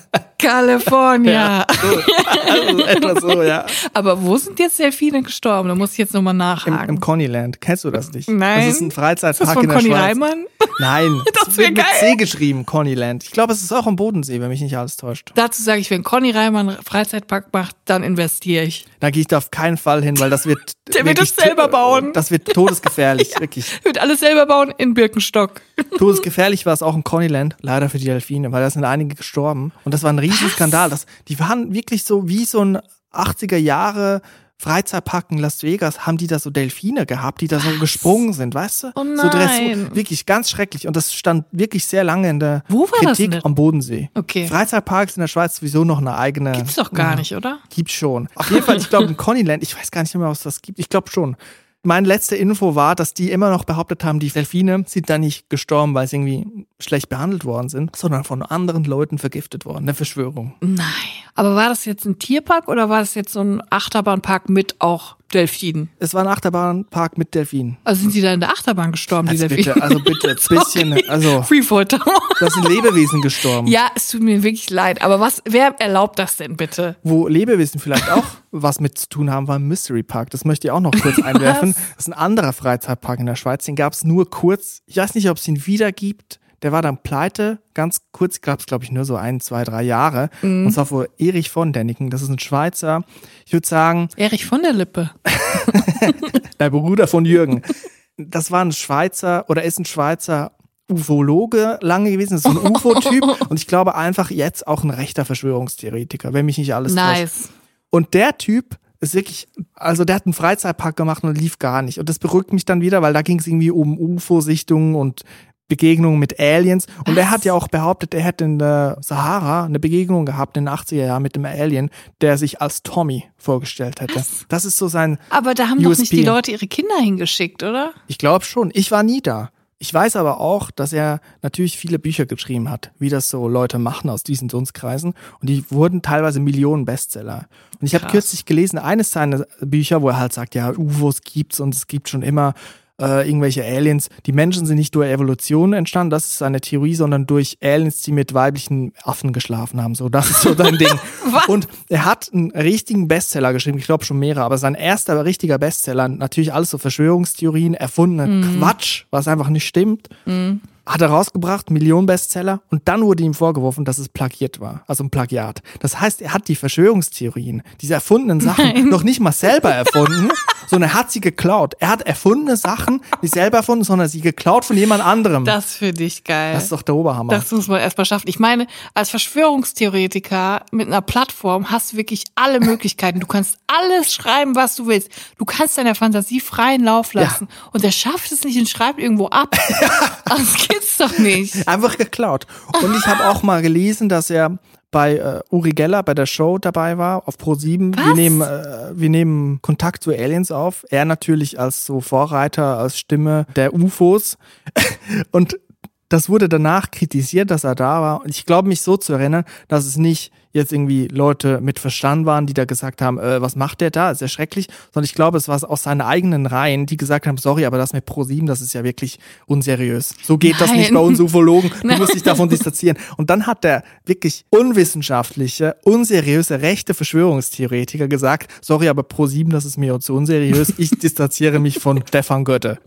California. Also etwa so, ja. Aber wo sind jetzt Delfine gestorben? Da muss ich jetzt nochmal Im, nachhaken. im Connyland. Kennst du das nicht? Nein. Das ist ein Freizeitpark ist das von in der Conny Schweiz. Reimann? Nein, Das es wär wird mit geil. C geschrieben, Connyland. Ich glaube, es ist auch am Bodensee, wenn mich nicht alles täuscht. Dazu sage ich, wenn Conny Reimann Freizeitpark macht, dann investiere ich. Da gehe ich da auf keinen Fall hin, weil das wird Der wird wirklich es selber bauen. Das wird todesgefährlich, wirklich. Wird alles selber bauen in Birkenstock. Todesgefährlich war es auch im Connyland, leider für die Delfine, weil da sind einige gestorben. Und das war ein Riesenskandal. Das, die waren wirklich so wie so ein achtziger Jahre Freizeitpark in Las Vegas, haben die da so Delfine gehabt, die da so gesprungen sind, weißt du? Oh So Dressur. nein. Wirklich ganz schrecklich. Und das stand wirklich sehr lange in der Wo war das Kritik denn? am Bodensee. Okay. Freizeitparks in der Schweiz sowieso noch eine eigene. Gibt's doch gar nicht, oder? Gibt's schon. Auf jeden Fall, ich glaube, in Connyland, ich weiß gar nicht mehr, was das gibt. Ich glaube schon. Meine letzte Info war, dass die immer noch behauptet haben, die Delfine sind da nicht gestorben, weil sie irgendwie schlecht behandelt worden sind, sondern von anderen Leuten vergiftet worden. Eine Verschwörung. Nein. Aber war das jetzt ein Tierpark oder war das jetzt so ein Achterbahnpark mit auch Delfinen? Es war ein Achterbahnpark mit Delfinen. Also sind sie da in der Achterbahn gestorben, die Also Delfine? bitte, also bitte, bisschen, Sorry. also Freefall Tower. da sind Lebewesen gestorben. Ja, es tut mir wirklich leid. Aber was, wer erlaubt das denn bitte? Wo Lebewesen vielleicht auch was mit zu tun haben, war im Mystery Park. Das möchte ich auch noch kurz einwerfen. Das ist ein anderer Freizeitpark in der Schweiz. Den gab es nur kurz. Ich weiß nicht, ob es ihn wieder gibt. Der war dann pleite. Ganz kurz gab es, glaube ich, nur so ein, zwei, drei Jahre. Mhm. Und zwar vor Erich von Däniken. Das ist ein Schweizer. Ich würde sagen, Erich von der Lippe. der Bruder von Jürgen. Das war ein Schweizer oder ist ein Schweizer Ufologe lange gewesen. Das ist ein U F O-Typ. Und ich glaube einfach jetzt auch ein rechter Verschwörungstheoretiker, wenn mich nicht alles täuscht. Nice. Und der Typ ist wirklich, also der hat einen Freizeitpark gemacht und lief gar nicht. Und das beruhigt mich dann wieder, weil da ging es irgendwie um U F O-Sichtungen und Begegnungen mit Aliens. Und Was? Er hat ja auch behauptet, er hätte in der Sahara eine Begegnung gehabt in den achtziger Jahren mit einem Alien, der sich als Tommy vorgestellt hätte. Was? Das ist so sein Aber da haben U S P. Doch nicht die Leute ihre Kinder hingeschickt, oder? Ich glaube schon. Ich war nie da. Ich weiß aber auch, dass er natürlich viele Bücher geschrieben hat, wie das so Leute machen aus diesen Dunstkreisen. Und die wurden teilweise Millionen Bestseller. Und ich habe kürzlich gelesen, eines seiner Bücher, wo er halt sagt, ja, U F Os gibt's und es gibt schon immer äh, irgendwelche Aliens. Die Menschen sind nicht durch Evolution entstanden, das ist seine Theorie, sondern durch Aliens, die mit weiblichen Affen geschlafen haben. So, das ist so sein Ding. Und er hat einen richtigen Bestseller geschrieben, ich glaube schon mehrere, aber sein erster richtiger Bestseller, natürlich alles so Verschwörungstheorien, erfundenen mm. Quatsch, was einfach nicht stimmt. Mm. Hat er rausgebracht, Millionen Bestseller, und dann wurde ihm vorgeworfen, dass es plagiert war, also ein Plagiat. Das heißt, er hat die Verschwörungstheorien, diese erfundenen Sachen, Nein. noch nicht mal selber erfunden, sondern er hat sie geklaut. Er hat erfundene Sachen nicht selber erfunden, sondern sie geklaut von jemand anderem. Das finde ich geil. Das ist doch der Oberhammer. Das muss man erstmal schaffen. Ich meine, als Verschwörungstheoretiker mit einer Plattform hast du wirklich alle Möglichkeiten. Du kannst alles schreiben, was du willst. Du kannst deiner Fantasie freien Lauf lassen. Ja. Und er schafft es nicht und schreibt irgendwo ab. Das gibt's doch nicht. Einfach geklaut. Und ich habe auch mal gelesen, dass er bei äh, Uri Geller bei der Show dabei war auf Pro sieben. Wir nehmen, äh, wir nehmen Kontakt zu Aliens auf. Er natürlich als so Vorreiter, als Stimme der U F Os. Und das wurde danach kritisiert, dass er da war. Und ich glaube, mich so zu erinnern, dass es nicht jetzt irgendwie Leute mit Verstand waren, die da gesagt haben, äh, was macht der da? Ist ja schrecklich. Sondern ich glaube, es war aus seinen eigenen Reihen, die gesagt haben, sorry, aber das mit Pro sieben, das ist ja wirklich unseriös. So geht Nein. das nicht bei uns Ufologen. Du musst dich davon distanzieren. Und dann hat der wirklich unwissenschaftliche, unseriöse, rechte Verschwörungstheoretiker gesagt, sorry, aber Pro sieben, das ist mir zu unseriös. Ich distanziere mich von Stefan Götte.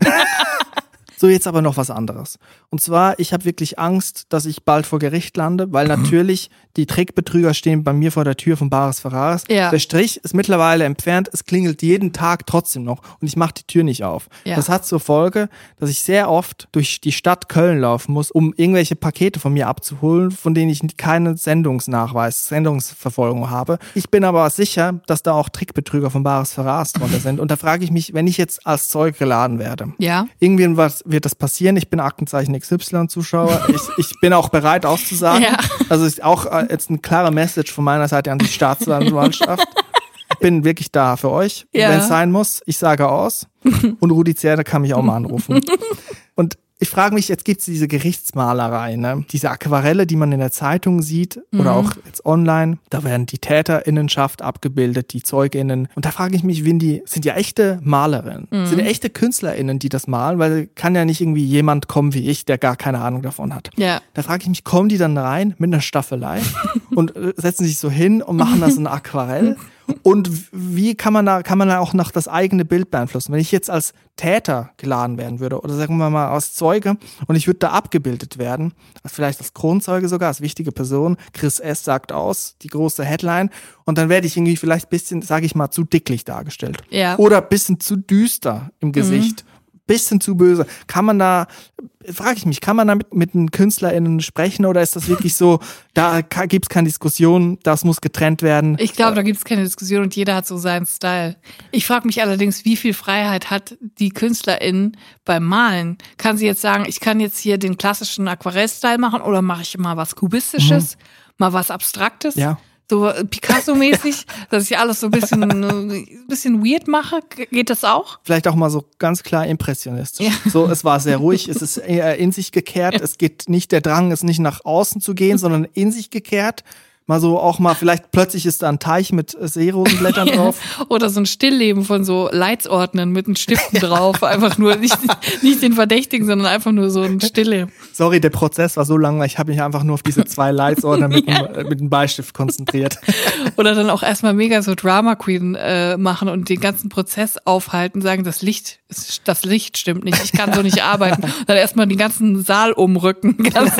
So, jetzt aber noch was anderes. Und zwar, ich habe wirklich Angst, dass ich bald vor Gericht lande, weil natürlich die Trickbetrüger stehen bei mir vor der Tür von Bares Ferraris. Ja. Der Strich ist mittlerweile entfernt, es klingelt jeden Tag trotzdem noch und ich mache die Tür nicht auf. Ja. Das hat zur Folge, dass ich sehr oft durch die Stadt Köln laufen muss, um irgendwelche Pakete von mir abzuholen, von denen ich keinen Sendungsnachweis, Sendungsverfolgung habe. Ich bin aber sicher, dass da auch Trickbetrüger von Bares Ferraris drunter sind. Und da frage ich mich, wenn ich jetzt als Zeug geladen werde, ja. irgendwas wird das passieren. Ich bin Aktenzeichen X Y-Zuschauer. Ich, ich bin auch bereit auszusagen. Ja. Also ist auch äh, jetzt eine klare Message von meiner Seite an die Staatsanwaltschaft. Ich bin wirklich da für euch, ja. wenn es sein muss. Ich sage aus. Und Rudi Zerde kann mich auch mal anrufen. Und ich frage mich, jetzt gibt es diese Gerichtsmalerei, ne? Diese Aquarelle, die man in der Zeitung sieht oder mhm. auch jetzt online. Da werden die TäterInnenschaft abgebildet, die ZeugInnen. Und da frage ich mich, wen die, sind ja echte Malerinnen, mhm. sind ja echte KünstlerInnen, die das malen, weil kann ja nicht irgendwie jemand kommen wie ich, der gar keine Ahnung davon hat. Ja. Da frage ich mich, kommen die dann rein mit einer Staffelei und setzen sich so hin und machen das in Aquarell? Und wie kann man da, kann man da auch noch das eigene Bild beeinflussen? Wenn ich jetzt als Täter geladen werden würde oder sagen wir mal als Zeuge und ich würde da abgebildet werden, vielleicht als Kronzeuge sogar, als wichtige Person, Chris S. sagt aus, die große Headline, und dann werde ich irgendwie vielleicht ein bisschen, sage ich mal, zu dicklich dargestellt. Ja. Oder ein bisschen zu düster im Gesicht. Mhm. Bisschen zu böse. Kann man da, frage ich mich, kann man da mit, mit den KünstlerInnen sprechen oder ist das wirklich so, da gibt's keine Diskussion, das muss getrennt werden? Ich glaube, da gibt's keine Diskussion und jeder hat so seinen Style. Ich frage mich allerdings, wie viel Freiheit hat die KünstlerInnen beim Malen? Kann sie jetzt sagen, ich kann jetzt hier den klassischen Aquarell-Style machen oder mache ich mal was Kubistisches, mhm. mal was Abstraktes? Ja. So Picasso-mäßig, dass ich alles so ein bisschen, ein bisschen weird mache. Geht das auch? Vielleicht auch mal so ganz klar impressionistisch. Ja. So, es war sehr ruhig, es ist eher in sich gekehrt. Ja. Es geht nicht, der Drang ist nicht nach außen zu gehen, sondern in sich gekehrt. Mal so auch mal, vielleicht plötzlich ist da ein Teich mit Seerosenblättern drauf. Oder so ein Stillleben von so Leitsordnern mit einem Stiften drauf. Einfach nur, nicht, nicht den Verdächtigen, sondern einfach nur so ein Stillleben. Sorry, der Prozess war so lang, ich habe mich einfach nur auf diese zwei Leitsordner mit, ja. einem, mit einem Beistift konzentriert. Oder dann auch erstmal mega so Drama Queen äh, machen und den ganzen Prozess aufhalten, sagen, das Licht, das Licht stimmt nicht, ich kann so nicht arbeiten. Und dann erstmal den ganzen Saal umrücken,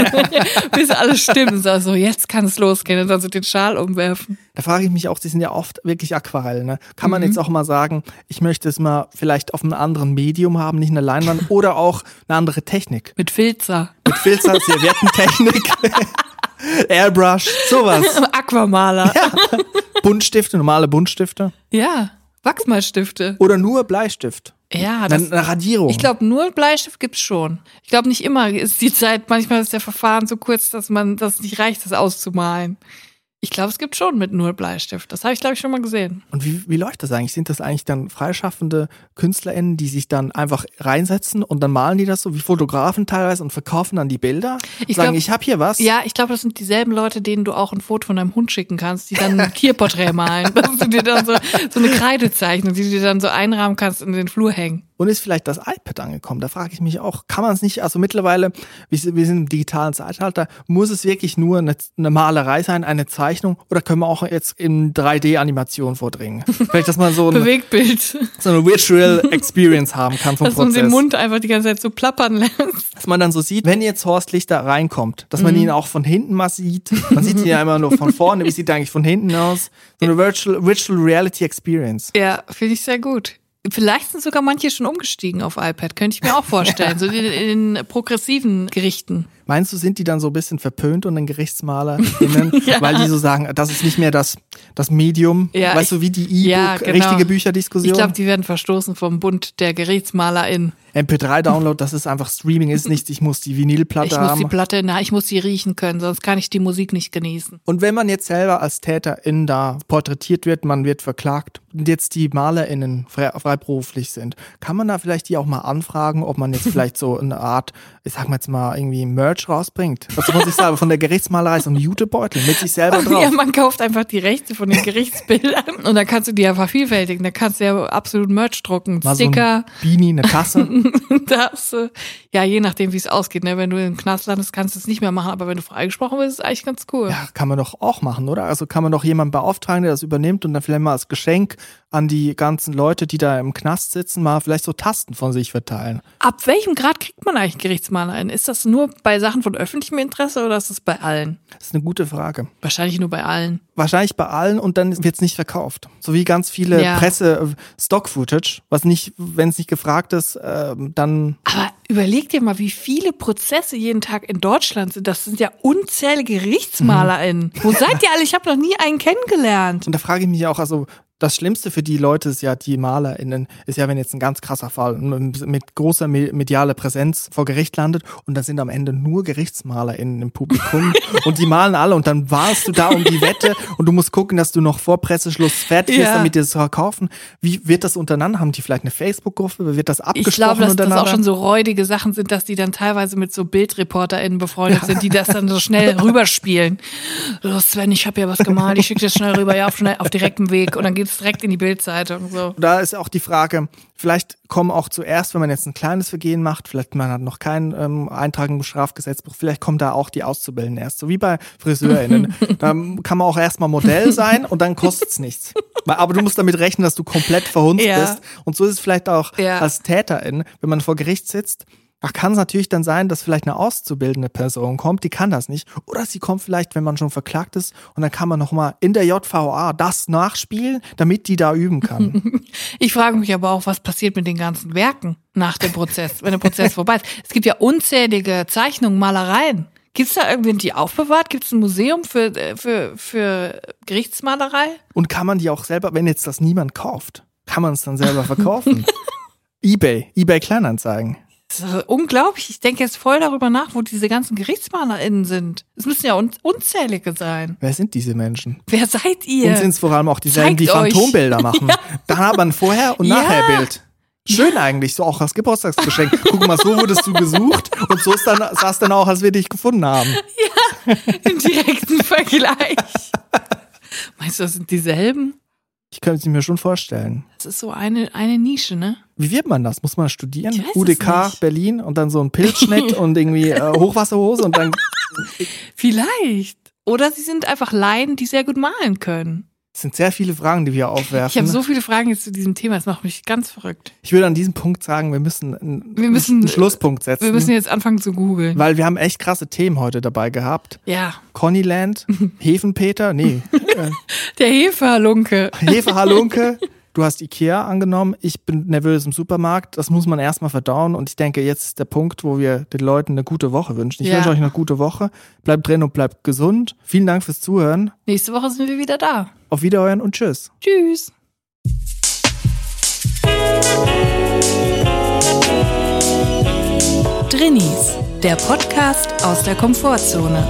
bis alles stimmt. Also jetzt kann es losgehen. Also den Schal umwerfen. Da frage ich mich auch, die sind ja oft wirklich Aquarell, ne? Kann man mhm. jetzt auch mal sagen, ich möchte es mal vielleicht auf einem anderen Medium haben, nicht eine Leinwand oder auch eine andere Technik. Mit Filzer. Mit Filzer, Serviettentechnik, Airbrush, sowas. Aquamaler. Ja. Buntstifte, normale Buntstifte. Ja. Wachsmalstifte. Oder nur Bleistift. Ja, das, eine, eine Radierung. Ich glaube, nur Bleistift gibt's schon. Ich glaube, nicht immer ist die Zeit, manchmal ist der Verfahren so kurz, dass man das nicht reicht, das auszumalen. Ich glaube, es gibt schon mit nur Bleistift. Das habe ich, glaube ich, schon mal gesehen. Und wie, wie läuft das eigentlich? Sind das eigentlich dann freischaffende KünstlerInnen, die sich dann einfach reinsetzen und dann malen die das so wie Fotografen teilweise und verkaufen dann die Bilder? Ich sagen, glaub, ich habe hier was. Ja, ich glaube, das sind dieselben Leute, denen du auch ein Foto von deinem Hund schicken kannst, die dann ein Tierporträt malen. Dass du dir dann so, so eine Kreidezeichnung, die du dir dann so einrahmen kannst und in den Flur hängen. Und ist vielleicht das iPad angekommen? Da frage ich mich auch, kann man es nicht, also mittlerweile, wir sind im digitalen Zeitalter, muss es wirklich nur eine, eine Malerei sein, eine Zeichnung, oder können wir auch jetzt in drei D-Animation vordringen? Vielleicht, dass man so ein Bewegtbild. So eine Virtual Experience haben kann vom dass Prozess. Dass man den Mund einfach die ganze Zeit so plappern lässt. Dass man dann so sieht, wenn jetzt Horst Lichter reinkommt, dass man mhm. ihn auch von hinten mal sieht. Man sieht ihn ja immer nur von vorne. Wie sieht er eigentlich von hinten aus? So eine Virtual, Virtual Reality Experience. Ja, finde ich sehr gut. Vielleicht sind sogar manche schon umgestiegen auf iPad, könnte ich mir auch vorstellen, so in, in progressiven Gerichten. Meinst du, sind die dann so ein bisschen verpönt und den GerichtsmalerInnen, ja. weil die so sagen, das ist nicht mehr das, das Medium, ja, weißt ich, du, wie die E-Book, ja, genau. richtige Bücherdiskussion? Ich glaube, die werden verstoßen vom Bund der GerichtsmalerInnen. M P drei Download, das ist einfach Streaming, ist nichts, ich muss die Vinylplatte haben. Ich muss die Platte, na, ich muss sie riechen können, sonst kann ich die Musik nicht genießen. Und wenn man jetzt selber als TäterIn da porträtiert wird, man wird verklagt und jetzt die MalerInnen frei, freiberuflich sind, kann man da vielleicht die auch mal anfragen, ob man jetzt vielleicht so eine Art, ich sag mal jetzt mal irgendwie Merch rausbringt? Was muss ich sagen, von der Gerichtsmalerei so ein Jutebeutel mit sich selber drauf? Ja, man kauft einfach die Rechte von den Gerichtsbildern und dann kannst du die ja vervielfältigen, da kannst du ja absolut Merch drucken, mal Sticker. So ein Beanie, eine Tasse. Das, ja, je nachdem, wie es ausgeht. Ne? Wenn du im Knast landest, kannst du es nicht mehr machen, aber wenn du freigesprochen wirst, ist es eigentlich ganz cool. Ja, kann man doch auch machen, oder? Also kann man doch jemanden beauftragen, der das übernimmt und dann vielleicht mal als Geschenk an die ganzen Leute, die da im Knast sitzen, mal vielleicht so Tasten von sich verteilen. Ab welchem Grad kriegt man eigentlich GerichtsmalerInnen? Ist das nur bei Sachen von öffentlichem Interesse oder ist das bei allen? Das ist eine gute Frage. Wahrscheinlich nur bei allen. Wahrscheinlich bei allen und dann wird es nicht verkauft. So wie ganz viele ja. Presse-Stock-Footage, was nicht, wenn es nicht gefragt ist, äh, dann... Aber überleg dir mal, wie viele Prozesse jeden Tag in Deutschland sind. Das sind ja unzählige GerichtsmalerInnen. Mhm. Wo seid ihr alle? Ich habe noch nie einen kennengelernt. Und da frage ich mich auch, also das Schlimmste für die Leute ist ja, die MalerInnen, ist ja, wenn jetzt ein ganz krasser Fall mit großer medialer Präsenz vor Gericht landet und da sind am Ende nur GerichtsmalerInnen im Publikum und die malen alle und dann warst du da um die Wette und du musst gucken, dass du noch vor Presseschluss fertig bist, ja. damit die das verkaufen. Wie wird das untereinander? Haben die vielleicht eine Facebook-Gruppe? Wird das abgesprochen ich glaube, dass untereinander? Das auch schon so räudige Sachen sind, dass die dann teilweise mit so BildreporterInnen befreundet ja. sind, die das dann so schnell rüberspielen. So, Sven, ich habe ja was gemalt, ich schicke das schnell rüber, ja, auf, schnell, auf direktem Weg und dann geht's direkt in die Bildzeitung. So. Da ist auch die Frage, vielleicht kommen auch zuerst, wenn man jetzt ein kleines Vergehen macht, vielleicht man hat noch keinen ähm, Eintrag im Strafgesetzbuch, vielleicht kommen da auch die Auszubildenden erst, so wie bei FriseurInnen. Da kann man auch erstmal Modell sein und dann kostet's nichts. Aber du musst damit rechnen, dass du komplett verhunzt ja. bist. Und so ist es vielleicht auch ja. als Täterin, wenn man vor Gericht sitzt. Da kann es natürlich dann sein, dass vielleicht eine auszubildende Person kommt, die kann das nicht. Oder sie kommt vielleicht, wenn man schon verklagt ist und dann kann man nochmal in der J V A das nachspielen, damit die da üben kann. Ich frage mich aber auch, was passiert mit den ganzen Werken nach dem Prozess, wenn der Prozess vorbei ist. Es gibt ja unzählige Zeichnungen, Malereien. Gibt es da irgendwie die aufbewahrt? Gibt es ein Museum für, für, für Gerichtsmalerei? Und kann man die auch selber, wenn jetzt das niemand kauft, kann man es dann selber verkaufen? eBay, eBay Kleinanzeigen. Das ist unglaublich. Ich denke jetzt voll darüber nach, wo diese ganzen GerichtsmalerInnen sind. Es müssen ja un- unzählige sein. Wer sind diese Menschen? Wer seid ihr? Und sind es vor allem auch dieselben, die Phantombilder machen. Ja. Da hat man Vorher- und Nachher-Bild. Schön ja. eigentlich, so auch als Geburtstagsgeschenk. Guck mal, so wurdest du gesucht und so ist dann, sah es dann auch, als wir dich gefunden haben. Ja, im direkten Vergleich. Meinst du, das sind dieselben? Ich könnte es mir schon vorstellen. Das ist so eine, eine Nische, ne? Wie wird man das? Muss man studieren? U D K Berlin und dann so ein Pilzschnitt und irgendwie äh, Hochwasserhose und dann... Vielleicht. Oder sie sind einfach Laien, die sehr gut malen können. Es sind sehr viele Fragen, die wir aufwerfen. Ich habe so viele Fragen jetzt zu diesem Thema, das macht mich ganz verrückt. Ich würde an diesem Punkt sagen, wir müssen einen, wir müssen, einen Schlusspunkt setzen. Wir müssen jetzt anfangen zu googeln. Weil wir haben echt krasse Themen heute dabei gehabt. Ja. Connyland, Hefenpeter, nee. Der Hefehalunke. Hefehalunke. Du hast Ikea angenommen, ich bin nervös im Supermarkt, das muss man erstmal verdauen und ich denke, jetzt ist der Punkt, wo wir den Leuten eine gute Woche wünschen. Ich ja. wünsche euch eine gute Woche, bleibt drin und bleibt gesund. Vielen Dank fürs Zuhören. Nächste Woche sind wir wieder da. Auf Wiederhören und tschüss. Tschüss. Drinnies, der Podcast aus der Komfortzone.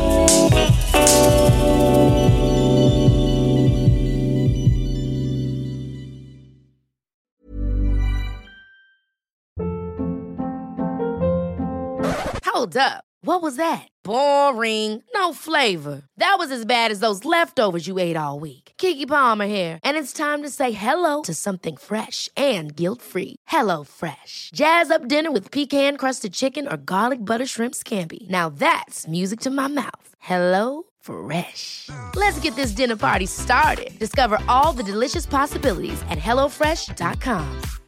Hold up. What was that? Boring. No flavor. That was as bad as those leftovers you ate all week. Keke Palmer here, and it's time to say hello to something fresh and guilt-free. Hello Fresh. Jazz up dinner with pecan-crusted chicken or garlic butter shrimp scampi. Now that's music to my mouth. Hello Fresh. Let's get this dinner party started. Discover all the delicious possibilities at hello fresh dot com.